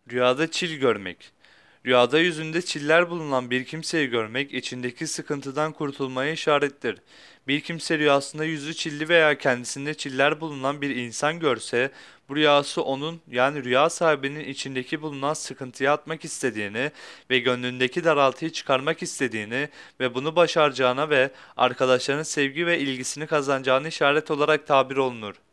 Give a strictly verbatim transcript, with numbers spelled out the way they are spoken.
Rüyada çil görmek. Rüyada yüzünde çiller bulunan bir kimseyi görmek içindeki sıkıntıdan kurtulmaya işarettir. Bir kimse rüyasında yüzü çilli veya kendisinde çiller bulunan bir insan görse, bu rüyası onun yani rüya sahibinin içindeki bulunan sıkıntıyı atmak istediğini ve gönlündeki daraltıyı çıkarmak istediğini ve bunu başaracağına ve arkadaşlarının sevgi ve ilgisini kazanacağını işaret olarak tabir olunur.